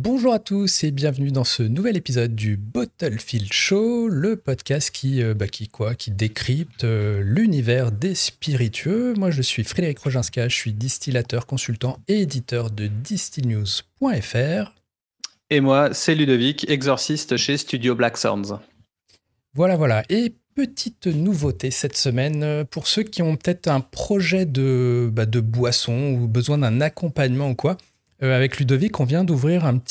Bonjour à tous et bienvenue dans ce nouvel épisode du Bottlefield Show, le podcast qui décrypte l'univers des spiritueux. Moi je suis Frédéric Roginska, je suis distillateur, consultant et éditeur de distillnews.fr. Et moi c'est Ludovic, exorciste chez Studio Black Sounds. Voilà. Et petite nouveauté cette semaine, pour ceux qui ont peut-être un projet de boisson ou besoin d'un accompagnement ou quoi, avec Ludovic, on vient d'ouvrir une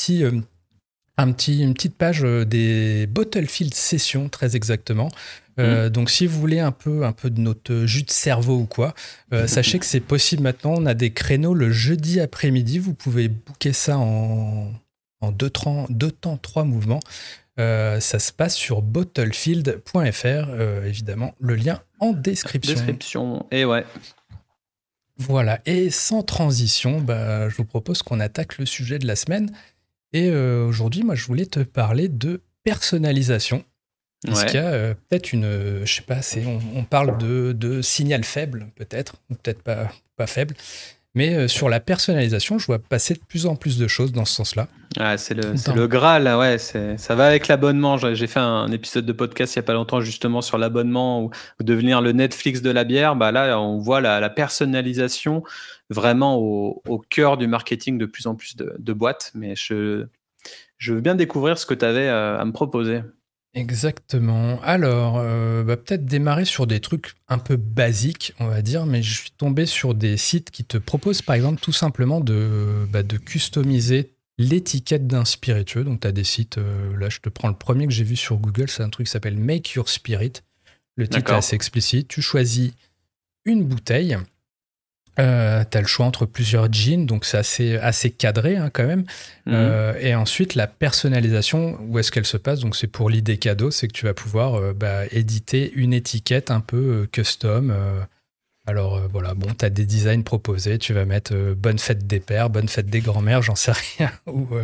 petite page des Bottlefield Sessions, très exactement. Donc, si vous voulez un peu de notre jus de cerveau ou quoi, sachez que c'est possible maintenant. On a des créneaux le jeudi après-midi. Vous pouvez booker ça en deux temps, 3 mouvements. Ça se passe sur bottlefield.fr. Évidemment, le lien en description. Et ouais. Voilà, et sans transition, je vous propose qu'on attaque le sujet de la semaine. Et aujourd'hui, moi, je voulais te parler de personnalisation. Est-ce qu'il y a peut-être je sais pas, on parle de signal faible, peut-être, ou peut-être pas faible. Mais sur la personnalisation, je vois passer de plus en plus de choses dans ce sens-là. Ah, c'est le Graal, ouais. Ça va avec l'abonnement. J'ai fait un épisode de podcast il n'y a pas longtemps justement sur l'abonnement ou devenir le Netflix de la bière. Là, on voit la personnalisation vraiment au cœur du marketing de plus en plus de boîtes. Mais je veux bien découvrir ce que tu avais à me proposer. Exactement. Alors, peut-être démarrer sur des trucs un peu basiques, on va dire, mais je suis tombé sur des sites qui te proposent, par exemple, tout simplement de customiser l'étiquette d'un spiritueux. Donc, tu as des sites, là, je te prends le premier que j'ai vu sur Google, c'est un truc qui s'appelle Make Your Spirit. Le titre est assez explicite. Tu choisis une bouteille. T'as le choix entre plusieurs jeans, donc c'est assez cadré quand même. Et ensuite, la personnalisation, où est-ce qu'elle se passe? Donc c'est pour l'idée cadeau, c'est que tu vas pouvoir éditer une étiquette un peu custom. Alors voilà, bon, t'as des designs proposés, tu vas mettre bonne fête des pères, bonne fête des grands-mères, j'en sais rien.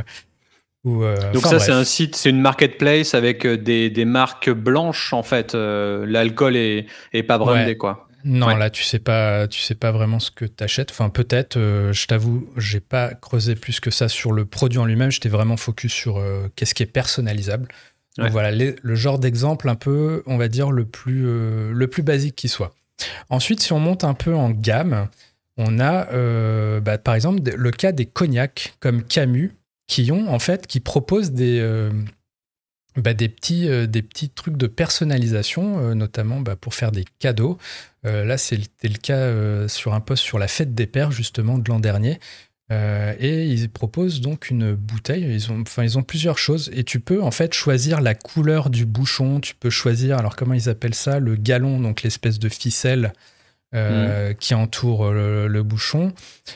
Donc ça, c'est un site, c'est une marketplace avec des marques blanches en fait. L'alcool est pas brandé, quoi. Non, là, tu sais pas vraiment ce que tu achètes. Enfin, peut-être, je t'avoue, j'ai pas creusé plus que ça sur le produit en lui-même. J'étais vraiment focus sur qu'est-ce qui est personnalisable. Donc voilà, le genre d'exemple un peu, on va dire, le plus basique qui soit. Ensuite, si on monte un peu en gamme, on a, par exemple, le cas des cognacs comme Camus, qui proposent des petits trucs de personnalisation, notamment pour faire des cadeaux. Là, c'était le cas sur un post sur la fête des pères, justement, de l'an dernier. Et ils proposent donc une bouteille. Ils ont plusieurs choses. Et tu peux, en fait, choisir la couleur du bouchon. Tu peux choisir, alors comment ils appellent ça? Le galon, donc l'espèce de ficelle qui entoure le bouchon.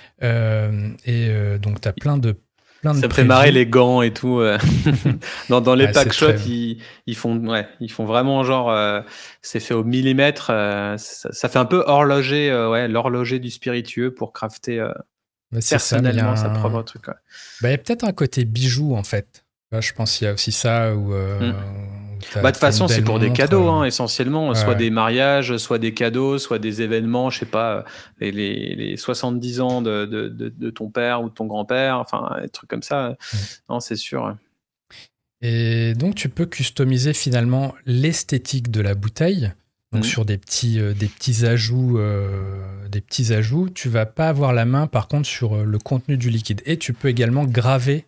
Donc, tu as plein de ça me fait marrer les gants et tout. Dans les pack shots, ils font vraiment genre, c'est fait au millimètre. Ça fait un peu horloger, l'horloger du spiritueux pour crafter personnellement sa propre truc. Ouais. Il y a peut-être un côté bijou en fait. Je pense qu'il y a aussi ça où. De toute façon, c'est pour des cadeaux, essentiellement. Soit des mariages, soit des cadeaux, soit des événements, je sais pas, les 70 ans de ton père ou de ton grand-père, enfin, des trucs comme ça. Non, c'est sûr. Et donc, tu peux customiser finalement l'esthétique de la bouteille. Donc, sur des petits ajouts, tu vas pas avoir la main, par contre, sur le contenu du liquide. Et tu peux également graver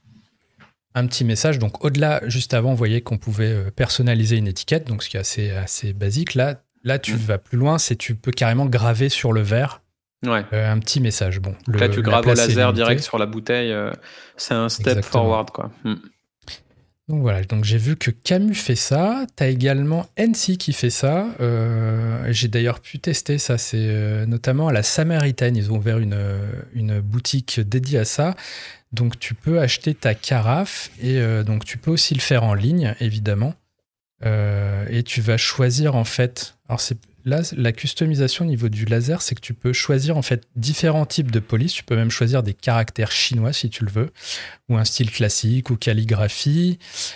un petit message. Donc, au-delà, juste avant, on voyait qu'on pouvait personnaliser une étiquette, donc ce qui est assez basique. Là tu vas plus loin, tu peux carrément graver sur le verre un petit message. Bon, là, tu graves au laser direct sur la bouteille. C'est un step forward, quoi. Donc voilà, donc j'ai vu que Camus fait ça. Tu as également NC qui fait ça. J'ai d'ailleurs pu tester ça. C'est notamment à la Samaritaine. Ils ont ouvert une boutique dédiée à ça. Donc, tu peux acheter ta carafe et donc tu peux aussi le faire en ligne, évidemment. Et tu vas choisir, en fait... Alors, là, la customisation au niveau du laser, c'est que tu peux choisir, en fait, différents types de police. Tu peux même choisir des caractères chinois, si tu le veux, ou un style classique, ou calligraphie.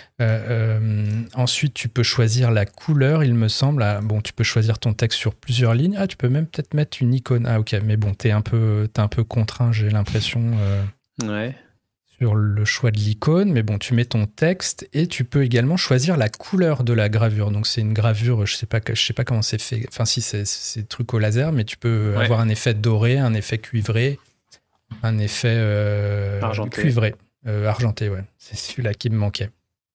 Ensuite, tu peux choisir la couleur, il me semble. Bon, tu peux choisir ton texte sur plusieurs lignes. Tu peux même peut-être mettre une icône. Ok, mais bon, t'es un peu contraint, j'ai l'impression... Ouais. sur le choix de l'icône, mais bon, tu mets ton texte et tu peux également choisir la couleur de la gravure. Donc c'est une gravure, je sais pas comment c'est fait. Enfin si c'est des trucs au laser, mais tu peux avoir un effet doré, un effet cuivré, un effet argenté. Cuivré, argenté, ouais. C'est celui-là qui me manquait.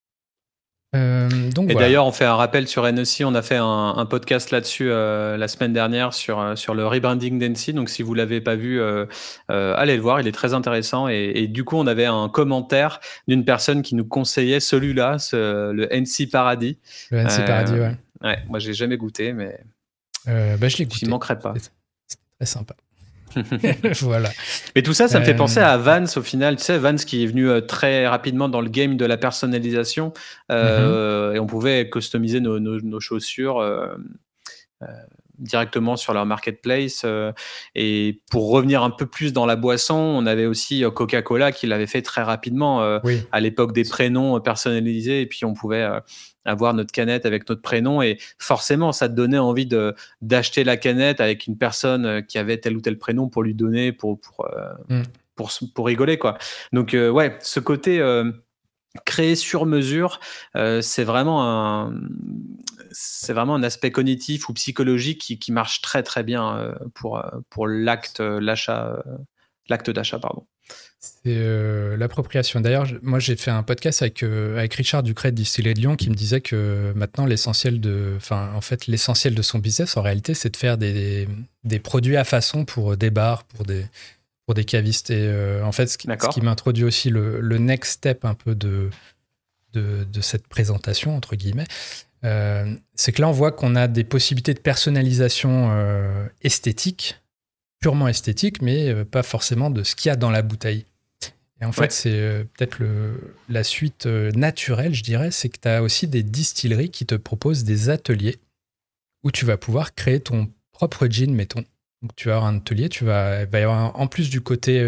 Donc, et d'ailleurs, on fait un rappel sur NEC. On a fait un podcast là-dessus la semaine dernière sur le rebranding d'NC. Donc, si vous l'avez pas vu, allez le voir. Il est très intéressant. Et du coup, on avait un commentaire d'une personne qui nous conseillait celui-là, le NC Paradis. Le NC Paradis, ouais. Ouais, moi, j'ai jamais goûté, mais je l'ai goûté. J'y manquerai pas. C'est très sympa. Voilà. Mais tout ça, ça me fait penser à Vans au final. Tu sais, Vans qui est venu très rapidement dans le game de la personnalisation et on pouvait customiser nos chaussures directement sur leur marketplace. Et pour revenir un peu plus dans la boisson, on avait aussi Coca-Cola qui l'avait fait très rapidement à l'époque des prénoms personnalisés. Et puis on pouvait avoir notre canette avec notre prénom et forcément ça te donnait envie d'acheter la canette avec une personne qui avait tel ou tel prénom pour lui donner pour rigoler quoi. Donc ouais, ce côté créé sur mesure, c'est vraiment un aspect cognitif ou psychologique qui marche très très bien pour l'acte d'achat, pardon. C'est l'appropriation. D'ailleurs, moi, j'ai fait un podcast avec Richard Ducret de Distillerie de Lyon qui me disait que maintenant, l'essentiel de son business, en réalité, c'est de faire des produits à façon pour des bars, pour des cavistes. Et en fait, ce qui m'introduit aussi le next step un peu de cette présentation, entre guillemets, c'est que là, on voit qu'on a des possibilités de personnalisation esthétique, purement esthétique, mais pas forcément de ce qu'il y a dans la bouteille. Et en fait, c'est peut-être la suite naturelle, je dirais, c'est que tu as aussi des distilleries qui te proposent des ateliers où tu vas pouvoir créer ton propre gin, mettons. Donc, tu vas avoir un atelier, il va y avoir, en plus du côté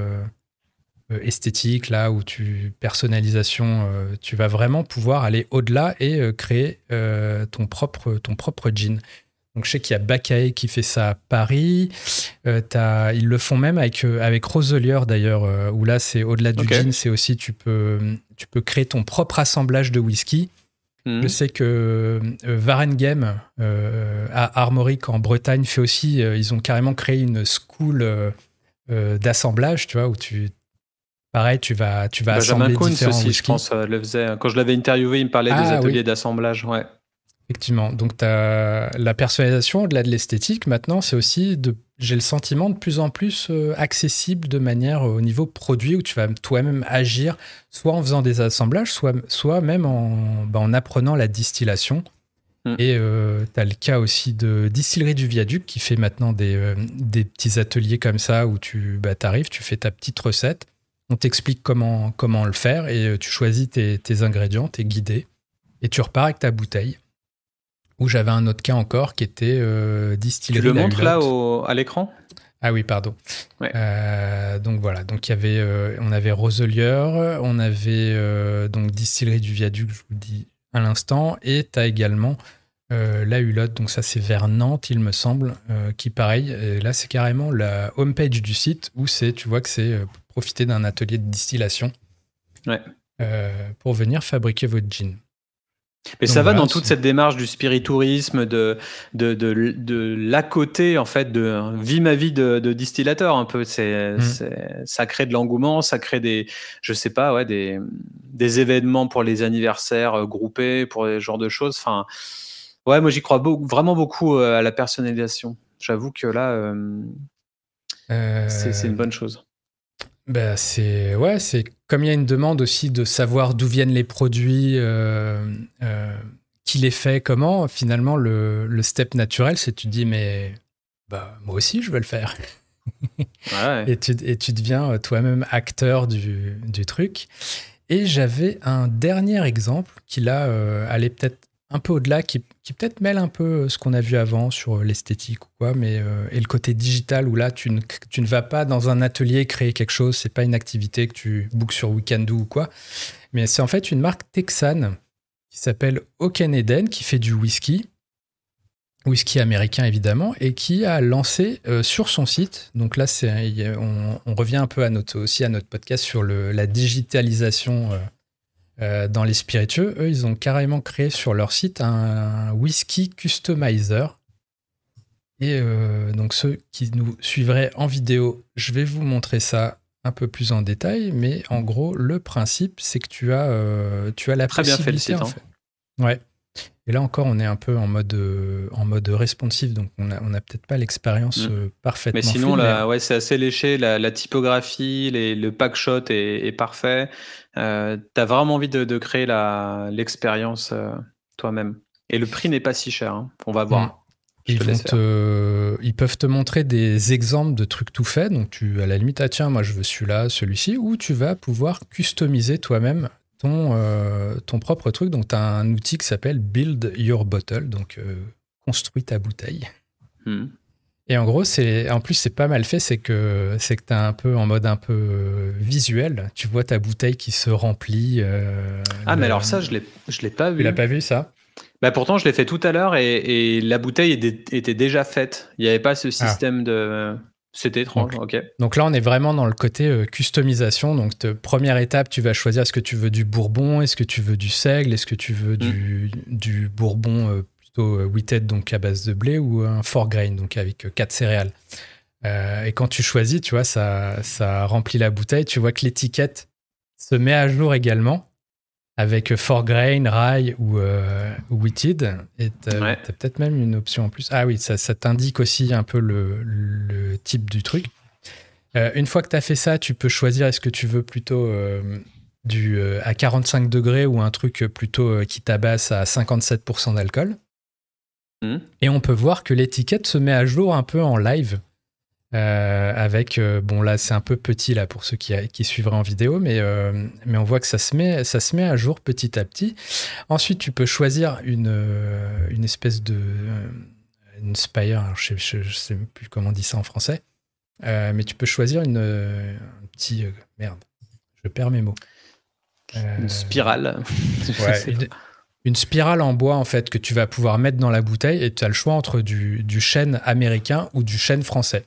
esthétique, là où personnalisation, tu vas vraiment pouvoir aller au-delà et créer ton propre gin. Donc, je sais qu'il y a Baccae qui fait ça à Paris. Ils le font même avec Roselier, d'ailleurs, où là, c'est au-delà du gin, c'est aussi, tu peux créer ton propre assemblage de whisky. Je sais que Warengame, à Armorique, en Bretagne, fait aussi, ils ont carrément créé une school d'assemblage, tu vois, où pareil, tu vas assembler différents aussi, whisky. Je pense, le faisait. Quand je l'avais interviewé, il me parlait des ateliers d'assemblage, ouais. Effectivement. Donc, tu as la personnalisation, au-delà de l'esthétique. Maintenant, c'est aussi, j'ai le sentiment, de plus en plus accessible de manière au niveau produit, où tu vas toi-même agir, soit en faisant des assemblages, soit même en apprenant la distillation. Et tu as le cas aussi de Distillerie du Viaduc qui fait maintenant des petits ateliers comme ça, où tu arrives, tu fais ta petite recette, on t'explique comment le faire, et tu choisis tes ingrédients, t'es guidé, et tu repars avec ta bouteille. Où j'avais un autre cas encore qui était Distillerie. Tu le montres là à l'écran ? Ah oui, pardon. Ouais. Donc voilà, donc on avait Roselier, on avait donc Distillerie du Viaduc, je vous le dis à l'instant, et tu as également la Hulotte, donc ça c'est vers Nantes, il me semble, qui pareil, là c'est carrément la homepage du site où tu vois que c'est profiter d'un atelier de distillation pour venir fabriquer votre gin. Mais donc ça va dans toute cette démarche du spiritourisme, de l'à côté, en fait, de vie ma vie de distillateur, un peu. Ça crée de l'engouement, ça crée des événements pour les anniversaires groupés, pour ce genre de choses. Enfin, ouais, moi j'y crois vraiment beaucoup à la personnalisation. J'avoue que là, c'est une bonne chose. Ben c'est comme il y a une demande aussi de savoir d'où viennent les produits, qui les fait, comment. Finalement, le step naturel, c'est tu te dis mais moi aussi je veux le faire. Et tu deviens toi-même acteur du truc. Et j'avais un dernier exemple qui là allait peut-être un peu au-delà, qui peut-être mêle un peu ce qu'on a vu avant sur l'esthétique ou quoi, mais et le côté digital où là, tu ne vas pas dans un atelier créer quelque chose, c'est pas une activité que tu bookes sur Weekendoo ou quoi, mais c'est en fait une marque texane qui s'appelle Oaken Eden, qui fait du whisky. whisky américain évidemment, et qui a lancé sur son site, donc là on revient un peu aussi à notre podcast sur la digitalisation dans les spiritueux. Eux, ils ont carrément créé sur leur site un whisky customizer. Et donc ceux qui nous suivraient en vidéo, je vais vous montrer ça un peu plus en détail, mais en gros, le principe, c'est que tu as la Très bien fait le site, possibilité, en fait. Ouais. Et là encore, on est un peu en mode responsive, donc on a peut-être pas l'expérience parfaitement. Mais sinon, là, ouais, c'est assez léché. La typographie, le packshot est parfait. T'as vraiment envie de créer l'expérience toi-même. Et le prix n'est pas si cher. Hein. On va voir. Ils peuvent te montrer des exemples de trucs tout faits. Donc, à la limite, tiens, moi, je veux celui-là, celui-ci, ou tu vas pouvoir customiser toi-même ton propre truc. Donc, tu as un outil qui s'appelle Build Your Bottle, donc construis ta bouteille. Et en gros, en plus, c'est pas mal fait, c'est que tu as un peu en mode un peu visuel. Tu vois ta bouteille qui se remplit. Mais alors ça, je l'ai pas vu. Tu l'as pas vu, ça ? Bah pourtant, je l'ai fait tout à l'heure et la bouteille était déjà faite. Il n'y avait pas ce système de... C'était étrange, ok. Donc là, on est vraiment dans le côté customisation. Donc, première étape, tu vas choisir est-ce que tu veux du bourbon, est-ce que tu veux du seigle, est-ce que tu veux du bourbon plutôt wheated, donc à base de blé, ou un four grain, donc avec 4 céréales. Et quand tu choisis, tu vois, ça remplit la bouteille. Tu vois que l'étiquette se met à jour également, avec four grain, rye ou wheated. Et t'as peut-être même une option en plus. Ah oui, ça t'indique aussi un peu le type du truc. Une fois que tu as fait ça, tu peux choisir est-ce que tu veux plutôt à 45 degrés ou un truc plutôt qui tabasse à 57% d'alcool. Et on peut voir que l'étiquette se met à jour un peu en live. Avec bon là c'est un peu petit là pour ceux qui suivraient en vidéo, mais on voit que ça se met à jour petit à petit. Ensuite tu peux choisir une espèce de une spire, alors je sais plus comment on dit ça en français, mais tu peux choisir un petit merde, je perds mes mots, une spirale. Une spirale en bois en fait que tu vas pouvoir mettre dans la bouteille, et tu as le choix entre du chêne américain ou du chêne français.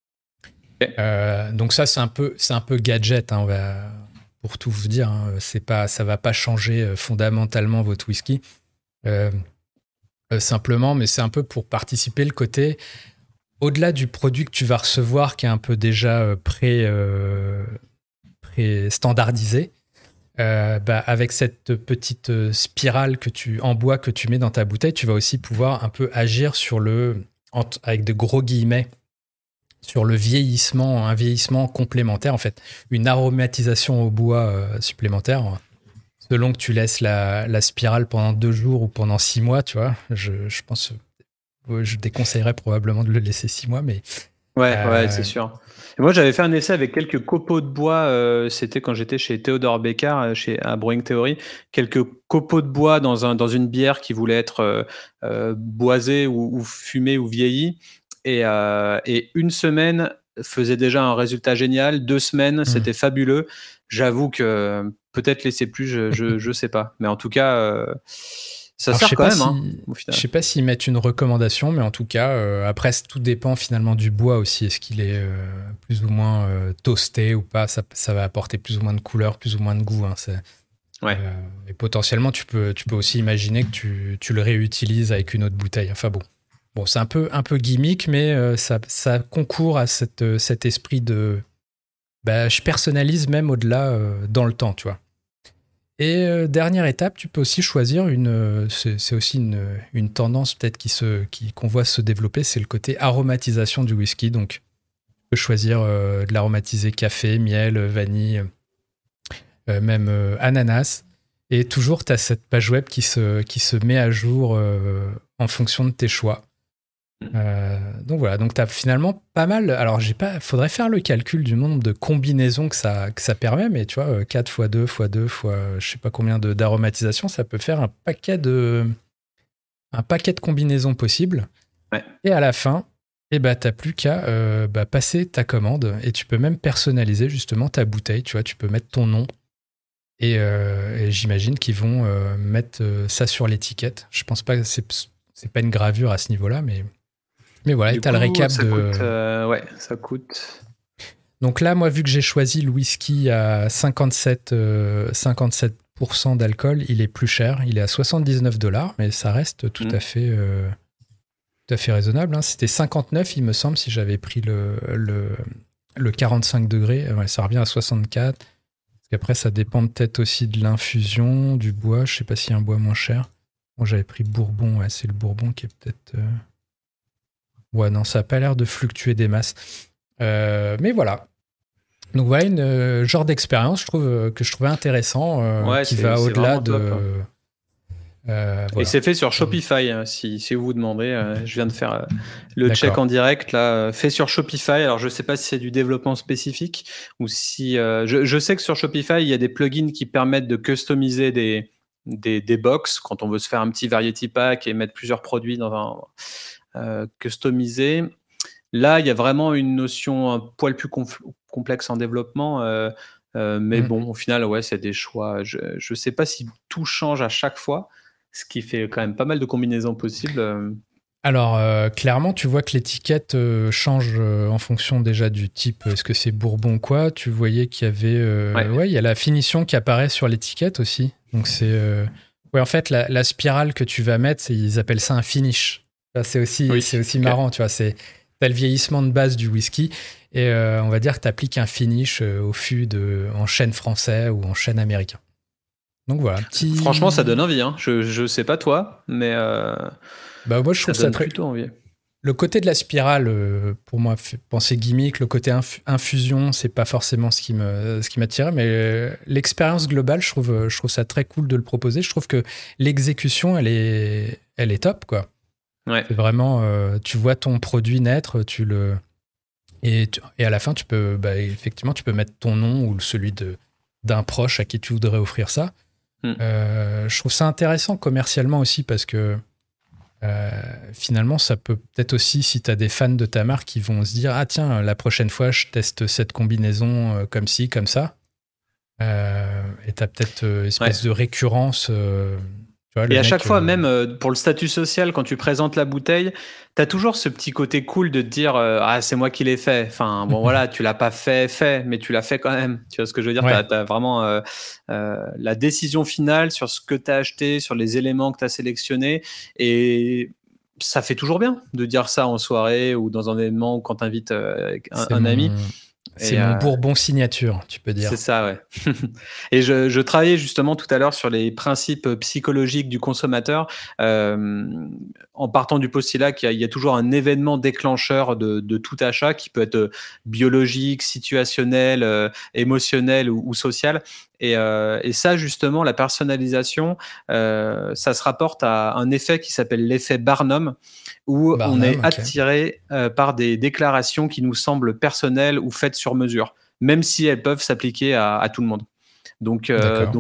Donc ça c'est un peu gadget, hein, pour tout vous dire, hein, ça va pas changer fondamentalement votre whisky, simplement, mais c'est un peu pour participer le côté au-delà du produit que tu vas recevoir qui est un peu déjà pré-standardisé. Avec cette petite spirale en bois que tu mets dans ta bouteille, tu vas aussi pouvoir un peu agir avec de gros guillemets, sur un vieillissement complémentaire, en fait, une aromatisation au bois supplémentaire, selon que tu laisses la spirale pendant 2 jours ou pendant 6 mois, tu vois. Je pense, je déconseillerais probablement de le laisser 6 mois, mais... Ouais, c'est sûr. Et moi, j'avais fait un essai avec quelques copeaux de bois, c'était quand j'étais chez Theodore Becker, à Brewing Theory, quelques copeaux de bois dans une bière qui voulait être boisée ou fumée ou vieillie. Et 1 semaine faisait déjà un résultat génial. 2 semaines, c'était fabuleux. J'avoue que peut-être laisser plus, je sais pas. Mais en tout cas, ça sert quand même. Au final. Je sais pas s'ils mettent une recommandation, mais en tout cas, après, tout dépend finalement du bois aussi. Est-ce qu'il est plus ou moins toasté ou pas? Ça va apporter plus ou moins de couleur, plus ou moins de goût. Hein. Et potentiellement, tu peux aussi imaginer que tu le réutilises avec une autre bouteille. Enfin bon. Bon, c'est un peu gimmick, mais ça concourt à cet esprit de... je personnalise même au-delà dans le temps, tu vois. Et dernière étape, tu peux aussi choisir c'est aussi une tendance peut-être qu'on voit se développer, c'est le côté aromatisation du whisky. Donc, tu peux choisir de l'aromatiser café, miel, vanille, même ananas. Et toujours, tu as cette page web qui se met à jour en fonction de tes choix. Donc voilà, donc tu as finalement pas mal. Alors, faudrait faire le calcul du nombre de combinaisons que ça permet, mais tu vois, 4 x 2 x 2 fois je sais pas combien d'aromatisation, ça peut faire un paquet de combinaisons possibles. Ouais. Et à la fin, t'as plus qu'à passer ta commande, et tu peux même personnaliser justement ta bouteille. Tu vois, tu peux mettre ton nom, et j'imagine qu'ils vont mettre ça sur l'étiquette. Je pense pas que c'est pas une gravure à ce niveau-là, mais voilà, tu as le récap ça coûte. Donc là, moi, vu que j'ai choisi le whisky à 57% d'alcool, il est plus cher. Il est à $79, mais ça reste tout à fait raisonnable. Hein. C'était 59, il me semble, si j'avais pris le 45 degrés. Ouais, ça revient à 64. Parce qu'après, ça dépend peut-être aussi de l'infusion, du bois. Je sais pas s'il y a un bois moins cher. Moi, j'avais pris Bourbon. Ouais, c'est le Bourbon qui est peut-être... Ouais, non, ça n'a pas l'air de fluctuer des masses. Mais voilà. Donc voilà, une genre d'expérience, que je trouvais intéressant, qui va au-delà de... Voilà. Et c'est fait sur Shopify, si vous vous demandez. Je viens de faire le check en direct, là, fait sur Shopify. Alors, je ne sais pas si c'est du développement spécifique ou si... je sais que sur Shopify, il y a des plugins qui permettent de customiser des box quand on veut se faire un petit variety pack et mettre plusieurs produits dans un customisé. Là, il y a vraiment une notion un poil plus complexe en développement. Mais bon, au final, ouais, c'est des choix. Je ne sais pas si tout change à chaque fois, ce qui fait quand même pas mal de combinaisons possibles. Alors, clairement, tu vois que l'étiquette change en fonction déjà du type, est-ce que c'est Bourbon ou quoi. Tu voyais qu'il y avait... il y a la finition qui apparaît sur l'étiquette aussi. Donc, c'est... en fait, la spirale que tu vas mettre, ils appellent ça un finish. C'est aussi marrant, tu vois. T'as le vieillissement de base du whisky et on va dire que tu appliques un finish au fût en chêne français ou en chêne américain. Donc voilà. Franchement, ça donne envie. Hein. Je sais pas toi, mais moi, je trouve ça plutôt envie. Le côté de la spirale, pour moi, fait penser gimmick. Le côté infusion, c'est pas forcément ce qui m'attirait, mais l'expérience globale, je trouve ça très cool de le proposer. Je trouve que l'exécution, elle est top, quoi. Ouais. C'est vraiment, tu vois ton produit naître, et à la fin, tu peux, effectivement, tu peux mettre ton nom ou celui d'un proche à qui tu voudrais offrir ça. Je trouve ça intéressant commercialement aussi parce que finalement, ça peut peut-être aussi, si tu as des fans de ta marque qui vont se dire, ah tiens, la prochaine fois, je teste cette combinaison comme ci, comme ça. Et tu as peut-être une espèce de récurrence. Et à chaque fois, même pour le statut social, quand tu présentes la bouteille, tu as toujours ce petit côté cool de te dire ah, c'est moi qui l'ai fait. Enfin, bon, voilà, tu l'as pas fait, mais tu l'as fait quand même. Tu vois ce que je veux dire? Tu as vraiment la décision finale sur ce que tu as acheté, sur les éléments que tu as sélectionnés. Et ça fait toujours bien de dire ça en soirée ou dans un événement ou quand tu invites un ami. C'est mon Bourbon signature, tu peux dire. C'est ça, ouais. Et je travaillais justement tout à l'heure sur les principes psychologiques du consommateur, en partant du postulat qu'il y a toujours un événement déclencheur de tout achat qui peut être biologique, situationnel, émotionnel ou social. Et ça, justement, la personnalisation, ça se rapporte à un effet qui s'appelle l'effet Barnum, où on est attiré par des déclarations qui nous semblent personnelles ou faites sur mesure, même si elles peuvent s'appliquer à tout le monde. Donc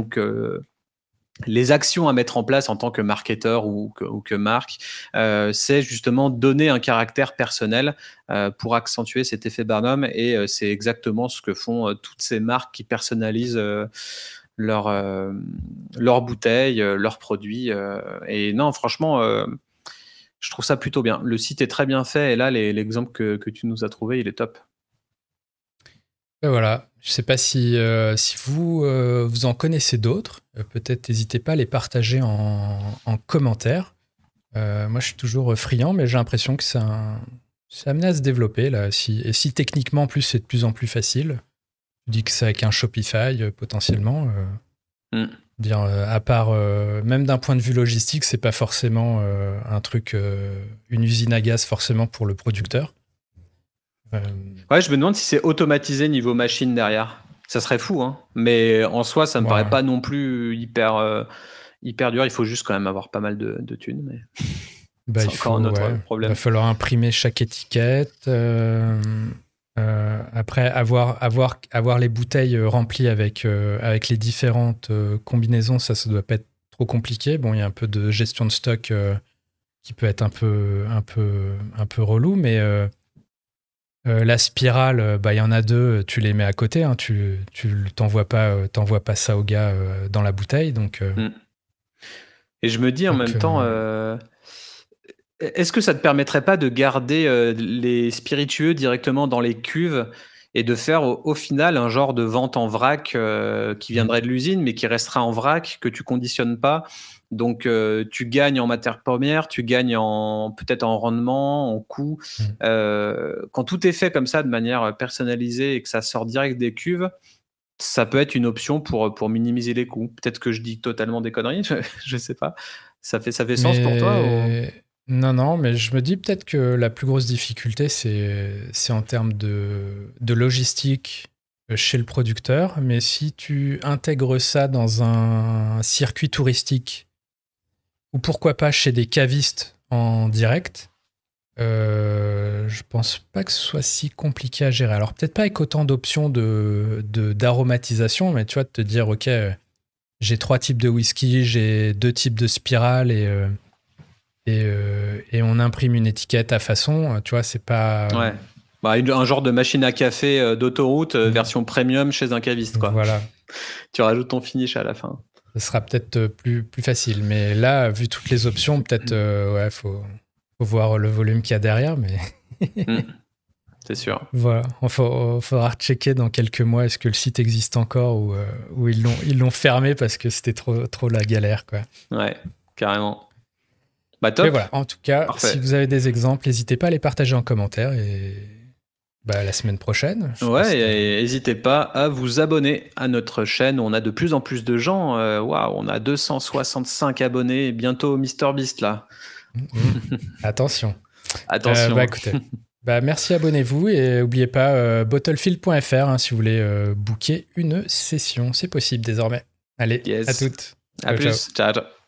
les actions à mettre en place en tant que marketeur ou que marque, c'est justement donner un caractère personnel pour accentuer cet effet Barnum. Et c'est exactement ce que font toutes ces marques qui personnalisent leurs bouteilles, leurs produits. Et non, franchement, je trouve ça plutôt bien. Le site est très bien fait et là, l'exemple que tu nous as trouvé, il est top. Et voilà. Je ne sais pas si vous en connaissez d'autres. Peut-être n'hésitez pas à les partager en commentaire. Moi, je suis toujours friand, mais j'ai l'impression que c'est amené à se développer. Là. Si techniquement, en plus, c'est de plus en plus facile. Tu dis que c'est avec un Shopify, potentiellement. Dire, à part, même d'un point de vue logistique, c'est pas forcément un truc, une usine à gaz forcément pour le producteur. Ouais, je me demande si c'est automatisé niveau machine derrière. Ça serait fou, hein. Mais en soi, ça me paraît pas non plus hyper dur. Il faut juste quand même avoir pas mal de thunes. Mais c'est encore un autre problème. Il va falloir imprimer chaque étiquette. Après, avoir les bouteilles remplies avec les différentes combinaisons, ça doit pas être trop compliqué. Bon, il y a un peu de gestion de stock qui peut être un peu relou, mais la spirale, il y en a deux, tu les mets à côté, hein, tu t'envoies pas ça au gars dans la bouteille. Donc, Et je me dis en même temps, Est-ce que ça te permettrait pas de garder les spiritueux directement dans les cuves et de faire au final un genre de vente en vrac qui viendrait de l'usine, mais qui restera en vrac, que tu conditionnes pas. Donc tu gagnes en matière première, tu gagnes peut-être en rendement, en coût. Quand tout est fait comme ça de manière personnalisée et que ça sort direct des cuves, ça peut être une option pour minimiser les coûts. Peut-être que je dis totalement des conneries, je sais pas. Ça fait sens pour toi ou... Non, mais je me dis peut-être que la plus grosse difficulté, c'est en termes de logistique chez le producteur. Mais si tu intègres ça dans un circuit touristique, ou pourquoi pas chez des cavistes en direct, je pense pas que ce soit si compliqué à gérer. Alors peut-être pas avec autant d'options d'aromatisation, mais tu vois, de te dire, ok, j'ai 3 types de whisky, j'ai 2 types de spirales et on imprime une étiquette à façon, tu vois, c'est pas... Ouais. Bah, un genre de machine à café d'autoroute version premium chez un caviste, quoi. Voilà. Tu rajoutes ton finish à la fin. Ce sera peut-être plus facile. Mais là, vu toutes les options, peut-être, faut voir le volume qu'il y a derrière, mais... C'est sûr. Voilà, il faudra checker dans quelques mois est-ce que le site existe encore ou ils l'ont fermé parce que c'était trop la galère, quoi. Ouais, carrément. Bah top. Mais voilà, en tout cas, Parfait. si vous avez des exemples, n'hésitez pas à les partager en commentaire et la semaine prochaine. Ouais, et n'hésitez pas à vous abonner à notre chaîne. On a de plus en plus de gens. Waouh, on a 265 abonnés et bientôt MrBeast là. Attention. Attention. Écoutez. Merci, abonnez-vous et n'oubliez pas bottlefield.fr si vous voulez booker une session. C'est possible désormais. Allez, yes. à toutes. À plus. Ciao.